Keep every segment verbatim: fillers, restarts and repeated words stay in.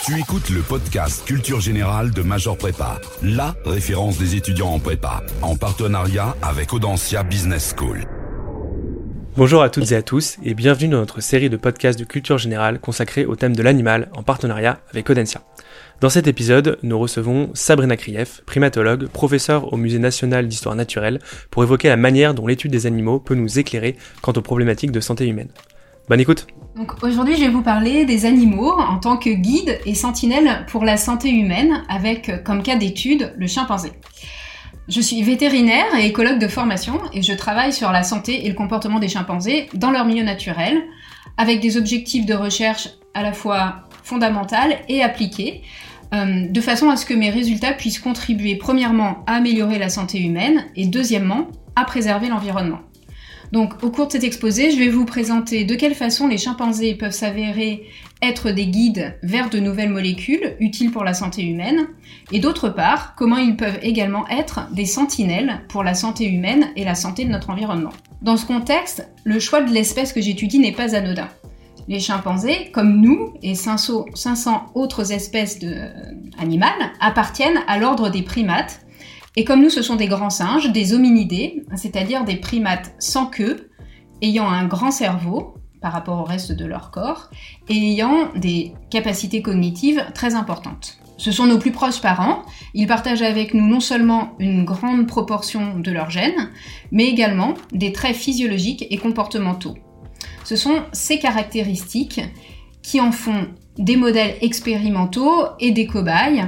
Tu écoutes le podcast Culture Générale de Major Prépa, la référence des étudiants en prépa, en partenariat avec Audencia Business School. Bonjour à toutes et à tous et bienvenue dans notre série de podcasts de culture générale consacrée au thème de l'animal en partenariat avec Audencia. Dans cet épisode, nous recevons Sabrina Krief, primatologue, professeure au Musée national d'histoire naturelle, pour évoquer la manière dont l'étude des animaux peut nous éclairer quant aux problématiques de santé humaine. Bonne écoute. Donc aujourd'hui, je vais vous parler des animaux en tant que guide et sentinelle pour la santé humaine, avec comme cas d'étude le chimpanzé. Je suis vétérinaire et écologue de formation et je travaille sur la santé et le comportement des chimpanzés dans leur milieu naturel, avec des objectifs de recherche à la fois fondamentaux et appliqués, euh, de façon à ce que mes résultats puissent contribuer premièrement à améliorer la santé humaine et deuxièmement à préserver l'environnement. Donc, au cours de cet exposé, je vais vous présenter de quelle façon les chimpanzés peuvent s'avérer être des guides vers de nouvelles molécules utiles pour la santé humaine, et d'autre part, comment ils peuvent également être des sentinelles pour la santé humaine et la santé de notre environnement. Dans ce contexte, le choix de l'espèce que j'étudie n'est pas anodin. Les chimpanzés, comme nous et cinq cents autres espèces de, euh, animales, appartiennent à l'ordre des primates. Et comme nous, ce sont des grands singes, des hominidés, c'est-à-dire des primates sans queue, ayant un grand cerveau par rapport au reste de leur corps, et ayant des capacités cognitives très importantes. Ce sont nos plus proches parents, ils partagent avec nous non seulement une grande proportion de leurs gènes, mais également des traits physiologiques et comportementaux. Ce sont ces caractéristiques qui en font des modèles expérimentaux et des cobayes,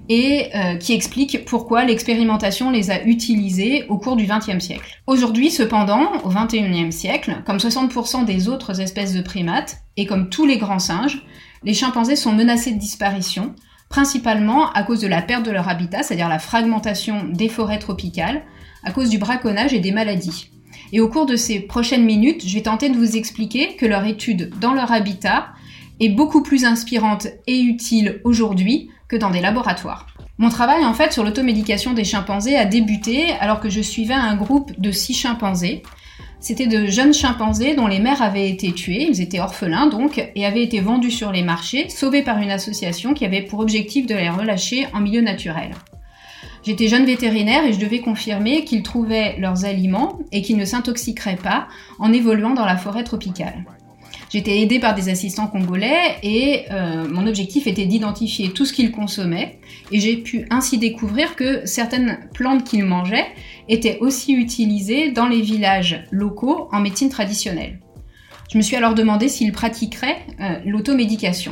et euh, qui explique pourquoi l'expérimentation les a utilisés au cours du vingtième siècle. Aujourd'hui, cependant, au vingt et unième siècle, comme soixante pour cent des autres espèces de primates, et comme tous les grands singes, les chimpanzés sont menacés de disparition, principalement à cause de la perte de leur habitat, c'est-à-dire la fragmentation des forêts tropicales, à cause du braconnage et des maladies. Et au cours de ces prochaines minutes, je vais tenter de vous expliquer que leur étude dans leur habitat est beaucoup plus inspirante et utile aujourd'hui que dans des laboratoires. Mon travail en fait sur l'automédication des chimpanzés a débuté alors que je suivais un groupe de six chimpanzés. C'était de jeunes chimpanzés dont les mères avaient été tuées, ils étaient orphelins donc, et avaient été vendus sur les marchés, sauvés par une association qui avait pour objectif de les relâcher en milieu naturel. J'étais jeune vétérinaire et je devais confirmer qu'ils trouvaient leurs aliments et qu'ils ne s'intoxiqueraient pas en évoluant dans la forêt tropicale. J'étais aidée par des assistants congolais et euh, mon objectif était d'identifier tout ce qu'ils consommaient et j'ai pu ainsi découvrir que certaines plantes qu'ils mangeaient étaient aussi utilisées dans les villages locaux en médecine traditionnelle. Je me suis alors demandé s'ils pratiqueraient euh, l'automédication.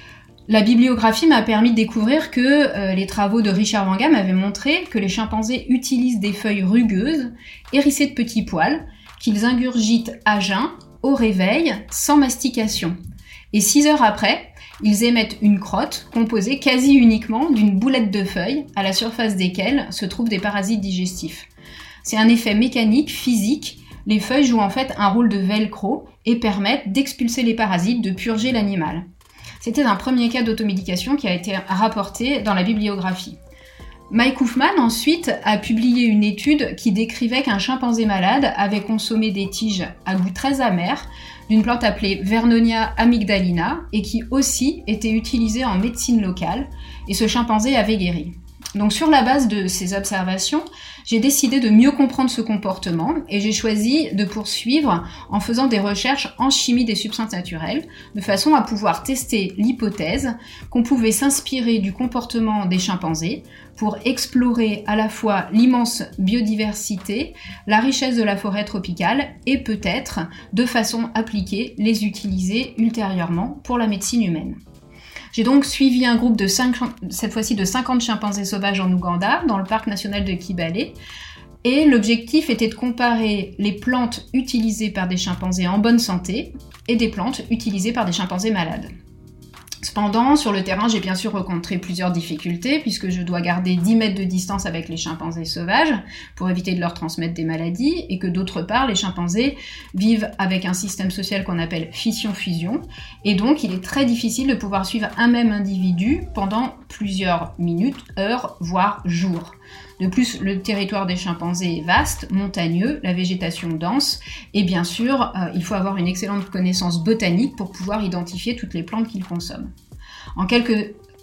La bibliographie m'a permis de découvrir que euh, les travaux de Richard Wrangham avaient montré que les chimpanzés utilisent des feuilles rugueuses, hérissées de petits poils, qu'ils ingurgitent à jeun, au réveil, sans mastication. Et six heures après, ils émettent une crotte composée quasi uniquement d'une boulette de feuilles à la surface desquelles se trouvent des parasites digestifs. C'est un effet mécanique, physique. Les feuilles jouent en fait un rôle de velcro et permettent d'expulser les parasites, de purger l'animal. C'était un premier cas d'automédication qui a été rapporté dans la bibliographie. Mike Hoffman ensuite a publié une étude qui décrivait qu'un chimpanzé malade avait consommé des tiges à goût très amer d'une plante appelée Vernonia amygdalina et qui aussi était utilisée en médecine locale et ce chimpanzé avait guéri. Donc sur la base de ces observations, j'ai décidé de mieux comprendre ce comportement et j'ai choisi de poursuivre en faisant des recherches en chimie des substances naturelles, de façon à pouvoir tester l'hypothèse qu'on pouvait s'inspirer du comportement des chimpanzés pour explorer à la fois l'immense biodiversité, la richesse de la forêt tropicale et peut-être, de façon appliquée, les utiliser ultérieurement pour la médecine humaine. J'ai donc suivi un groupe de cinquante, cette fois-ci de cinquante chimpanzés sauvages en Ouganda, dans le parc national de Kibale, et l'objectif était de comparer les plantes utilisées par des chimpanzés en bonne santé et des plantes utilisées par des chimpanzés malades. Cependant, sur le terrain, j'ai bien sûr rencontré plusieurs difficultés puisque je dois garder dix mètres de distance avec les chimpanzés sauvages pour éviter de leur transmettre des maladies et que d'autre part, les chimpanzés vivent avec un système social qu'on appelle fission-fusion et donc il est très difficile de pouvoir suivre un même individu pendant plusieurs minutes, heures, voire jours. De plus, le territoire des chimpanzés est vaste, montagneux, la végétation dense, et bien sûr, euh, il faut avoir une excellente connaissance botanique pour pouvoir identifier toutes les plantes qu'ils consomment. En quelques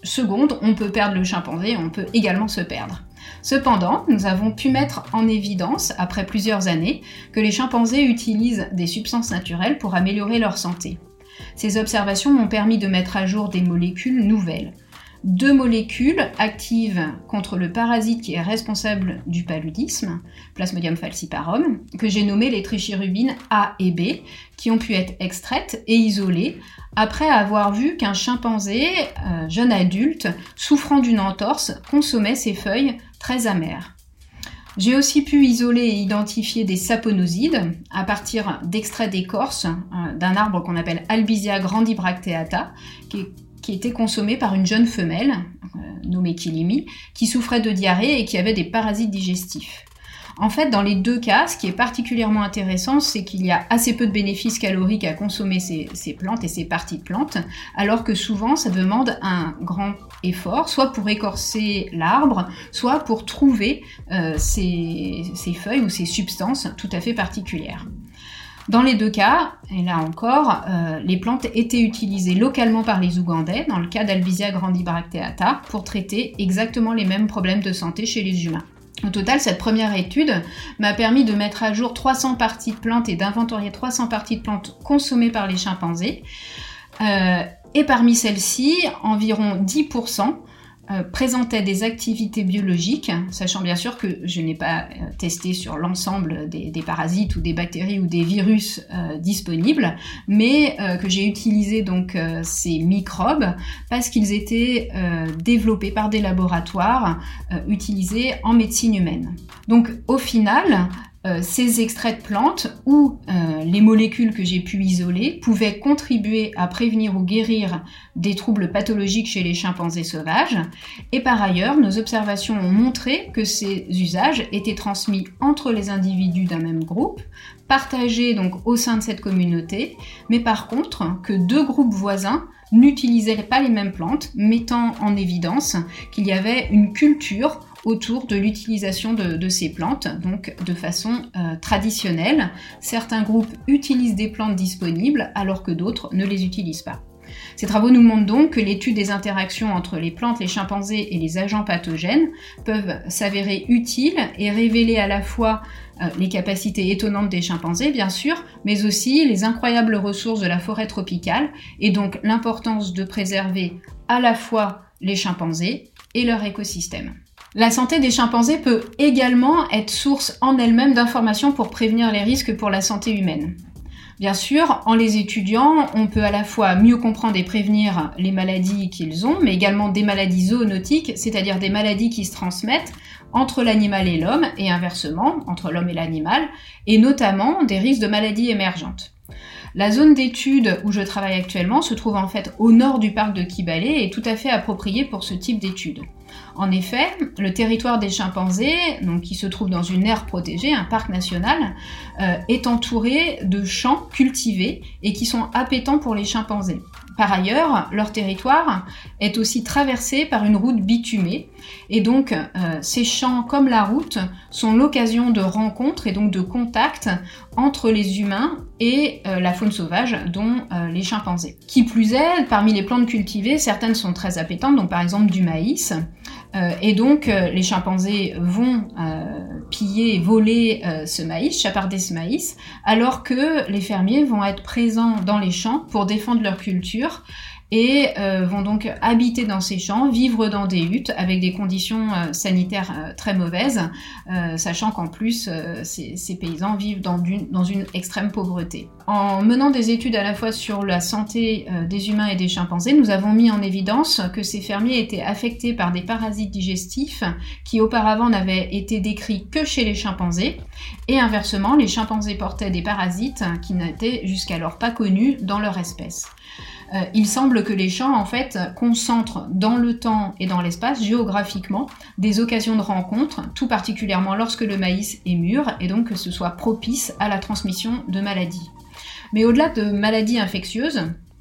secondes, on peut perdre le chimpanzé, on peut également se perdre. Cependant, nous avons pu mettre en évidence, après plusieurs années, que les chimpanzés utilisent des substances naturelles pour améliorer leur santé. Ces observations m'ont permis de mettre à jour des molécules nouvelles. Deux molécules actives contre le parasite qui est responsable du paludisme, Plasmodium falciparum, que j'ai nommé les trichirubines A et B, qui ont pu être extraites et isolées après avoir vu qu'un chimpanzé, euh, jeune adulte, souffrant d'une entorse, consommait ces feuilles très amères. J'ai aussi pu isoler et identifier des saponosides à partir d'extraits d'écorce euh, d'un arbre qu'on appelle Albizia grandibracteata, qui est qui était consommée par une jeune femelle, euh, nommée Kilimi, qui souffrait de diarrhée et qui avait des parasites digestifs. En fait, dans les deux cas, ce qui est particulièrement intéressant, c'est qu'il y a assez peu de bénéfices caloriques à consommer ces, ces plantes et ces parties de plantes, alors que souvent, ça demande un grand effort, soit pour écorcer l'arbre, soit pour trouver euh, ces, ces feuilles ou ces substances tout à fait particulières. Dans les deux cas, et là encore, euh, les plantes étaient utilisées localement par les Ougandais, dans le cas d'Albizia grandibracteata, pour traiter exactement les mêmes problèmes de santé chez les humains. Au total, cette première étude m'a permis de mettre à jour trois cents parties de plantes et d'inventorier trois cents parties de plantes consommées par les chimpanzés. Euh, et parmi celles-ci, environ dix pour cent Euh, présentaient des activités biologiques, sachant bien sûr que je n'ai pas euh, testé sur l'ensemble des, des parasites ou des bactéries ou des virus euh, disponibles, mais euh, que j'ai utilisé donc euh, ces microbes parce qu'ils étaient euh, développés par des laboratoires euh, utilisés en médecine humaine. Donc au final, Euh, ces extraits de plantes ou euh, les molécules que j'ai pu isoler pouvaient contribuer à prévenir ou guérir des troubles pathologiques chez les chimpanzés sauvages. Et par ailleurs, nos observations ont montré que ces usages étaient transmis entre les individus d'un même groupe, partagés donc au sein de cette communauté, mais par contre que deux groupes voisins n'utilisaient pas les mêmes plantes, mettant en évidence qu'il y avait une culture autour de l'utilisation de, de ces plantes, donc de façon euh, traditionnelle. Certains groupes utilisent des plantes disponibles alors que d'autres ne les utilisent pas. Ces travaux nous montrent donc que l'étude des interactions entre les plantes, les chimpanzés et les agents pathogènes peuvent s'avérer utiles et révéler à la fois euh, les capacités étonnantes des chimpanzés, bien sûr, mais aussi les incroyables ressources de la forêt tropicale et donc l'importance de préserver à la fois les chimpanzés et leur écosystème. La santé des chimpanzés peut également être source en elle-même d'informations pour prévenir les risques pour la santé humaine. Bien sûr, en les étudiant, on peut à la fois mieux comprendre et prévenir les maladies qu'ils ont, mais également des maladies zoonotiques, c'est-à-dire des maladies qui se transmettent entre l'animal et l'homme, et inversement, entre l'homme et l'animal, et notamment des risques de maladies émergentes. La zone d'étude où je travaille actuellement se trouve en fait au nord du parc de Kibale et est tout à fait appropriée pour ce type d'études. En effet, le territoire des chimpanzés, donc qui se trouve dans une aire protégée, un parc national, euh, est entouré de champs cultivés et qui sont appétants pour les chimpanzés. Par ailleurs, leur territoire est aussi traversé par une route bitumée et donc euh, ces champs comme la route sont l'occasion de rencontres et donc de contacts entre les humains et euh, la faune sauvage, dont euh, les chimpanzés. Qui plus est, parmi les plantes cultivées, certaines sont très appétantes, donc par exemple du maïs, euh, et donc euh, les chimpanzés vont euh, piller et voler euh, ce maïs, chaparder ce maïs, alors que les fermiers vont être présents dans les champs pour défendre leur culture et euh, vont donc habiter dans ces champs, vivre dans des huttes avec des conditions euh, sanitaires euh, très mauvaises, euh, sachant qu'en plus euh, ces, ces paysans vivent dans une, dans une extrême pauvreté. En menant des études à la fois sur la santé euh, des humains et des chimpanzés, nous avons mis en évidence que ces fermiers étaient affectés par des parasites digestifs qui auparavant n'avaient été décrits que chez les chimpanzés, et inversement, les chimpanzés portaient des parasites qui n'étaient jusqu'alors pas connus dans leur espèce. Euh, il semble que les champs, en fait, concentrent dans le temps et dans l'espace, géographiquement, des occasions de rencontre, tout particulièrement lorsque le maïs est mûr, et donc que ce soit propice à la transmission de maladies. Mais au-delà de maladies infectieuses,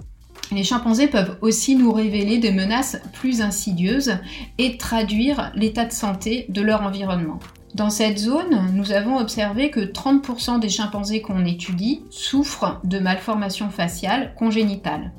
les chimpanzés peuvent aussi nous révéler des menaces plus insidieuses et traduire l'état de santé de leur environnement. Dans cette zone, nous avons observé que trente pour cent des chimpanzés qu'on étudie souffrent de malformations faciales congénitales.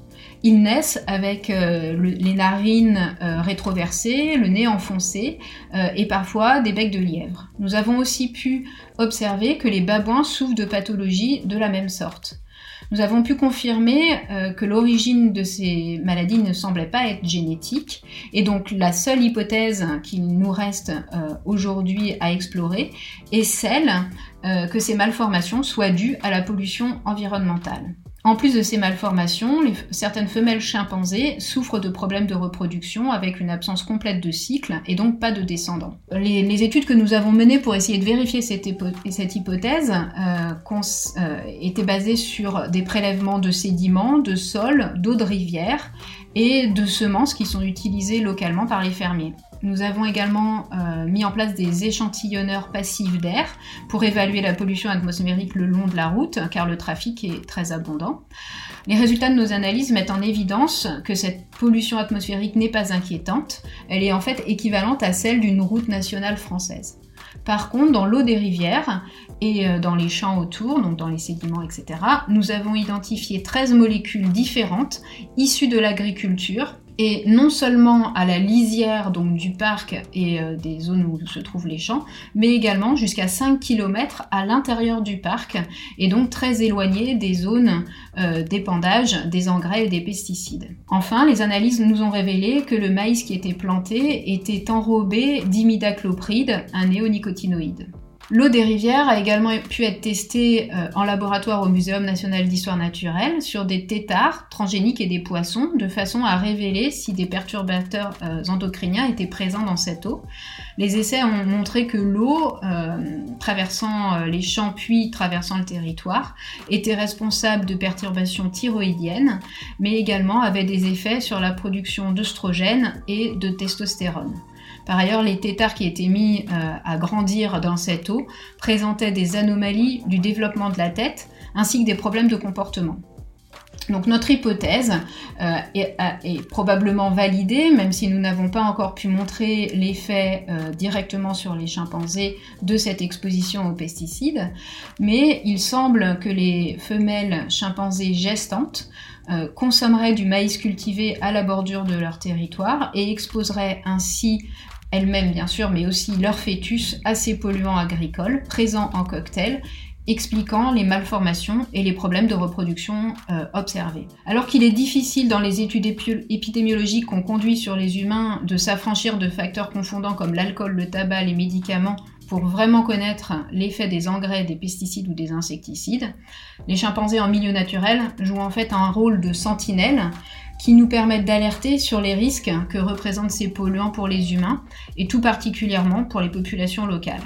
Ils naissent avec euh, le, les narines euh, rétroversées, le nez enfoncé euh, et parfois des becs de lièvre. Nous avons aussi pu observer que les babouins souffrent de pathologies de la même sorte. Nous avons pu confirmer euh, que l'origine de ces maladies ne semblait pas être génétique, et donc la seule hypothèse qu'il nous reste euh, aujourd'hui à explorer est celle euh, que ces malformations soient dues à la pollution environnementale. En plus de ces malformations, les, certaines femelles chimpanzés souffrent de problèmes de reproduction avec une absence complète de cycle et donc pas de descendants. Les, les études que nous avons menées pour essayer de vérifier cette, hypo, cette hypothèse euh, cons, euh, étaient basées sur des prélèvements de sédiments, de sols, d'eau de rivière et de semences qui sont utilisées localement par les fermiers. Nous avons également euh, mis en place des échantillonneurs passifs d'air pour évaluer la pollution atmosphérique le long de la route, car le trafic est très abondant. Les résultats de nos analyses mettent en évidence que cette pollution atmosphérique n'est pas inquiétante, elle est en fait équivalente à celle d'une route nationale française. Par contre, dans l'eau des rivières et dans les champs autour, donc dans les sédiments, et cetera, nous avons identifié treize molécules différentes issues de l'agriculture, et non seulement à la lisière donc, du parc et euh, des zones où se trouvent les champs, mais également jusqu'à cinq kilomètres à l'intérieur du parc, et donc très éloigné des zones euh, d'épandage des engrais et des pesticides. Enfin, les analyses nous ont révélé que le maïs qui était planté était enrobé d'imidaclopride, un néonicotinoïde. L'eau des rivières a également pu être testée euh, en laboratoire au Muséum national d'histoire naturelle sur des têtards transgéniques et des poissons, de façon à révéler si des perturbateurs euh, endocriniens étaient présents dans cette eau. Les essais ont montré que l'eau, euh, traversant euh, les champs puis traversant le territoire, était responsable de perturbations thyroïdiennes, mais également avait des effets sur la production d'œstrogènes et de testostérone. Par ailleurs, les têtards qui étaient mis euh, à grandir dans cette eau présentaient des anomalies du développement de la tête ainsi que des problèmes de comportement. Donc notre hypothèse euh, est, est probablement validée, même si nous n'avons pas encore pu montrer l'effet euh, directement sur les chimpanzés de cette exposition aux pesticides, mais il semble que les femelles chimpanzés gestantes euh, consommeraient du maïs cultivé à la bordure de leur territoire et exposeraient ainsi elles-mêmes bien sûr, mais aussi leurs fœtus à ces polluants agricoles présents en cocktail, expliquant les malformations et les problèmes de reproduction euh, observés. Alors qu'il est difficile dans les études épi- épidémiologiques qu'on conduit sur les humains de s'affranchir de facteurs confondants comme l'alcool, le tabac, les médicaments pour vraiment connaître l'effet des engrais, des pesticides ou des insecticides, les chimpanzés en milieu naturel jouent en fait un rôle de sentinelle qui nous permettent d'alerter sur les risques que représentent ces polluants pour les humains et tout particulièrement pour les populations locales.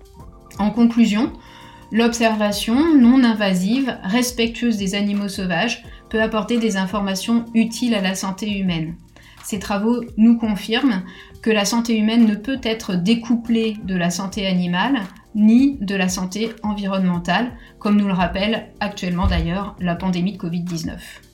En conclusion, l'observation non invasive, respectueuse des animaux sauvages, peut apporter des informations utiles à la santé humaine. Ces travaux nous confirment que la santé humaine ne peut être découplée de la santé animale, ni de la santé environnementale, comme nous le rappelle actuellement d'ailleurs la pandémie de covid dix-neuf.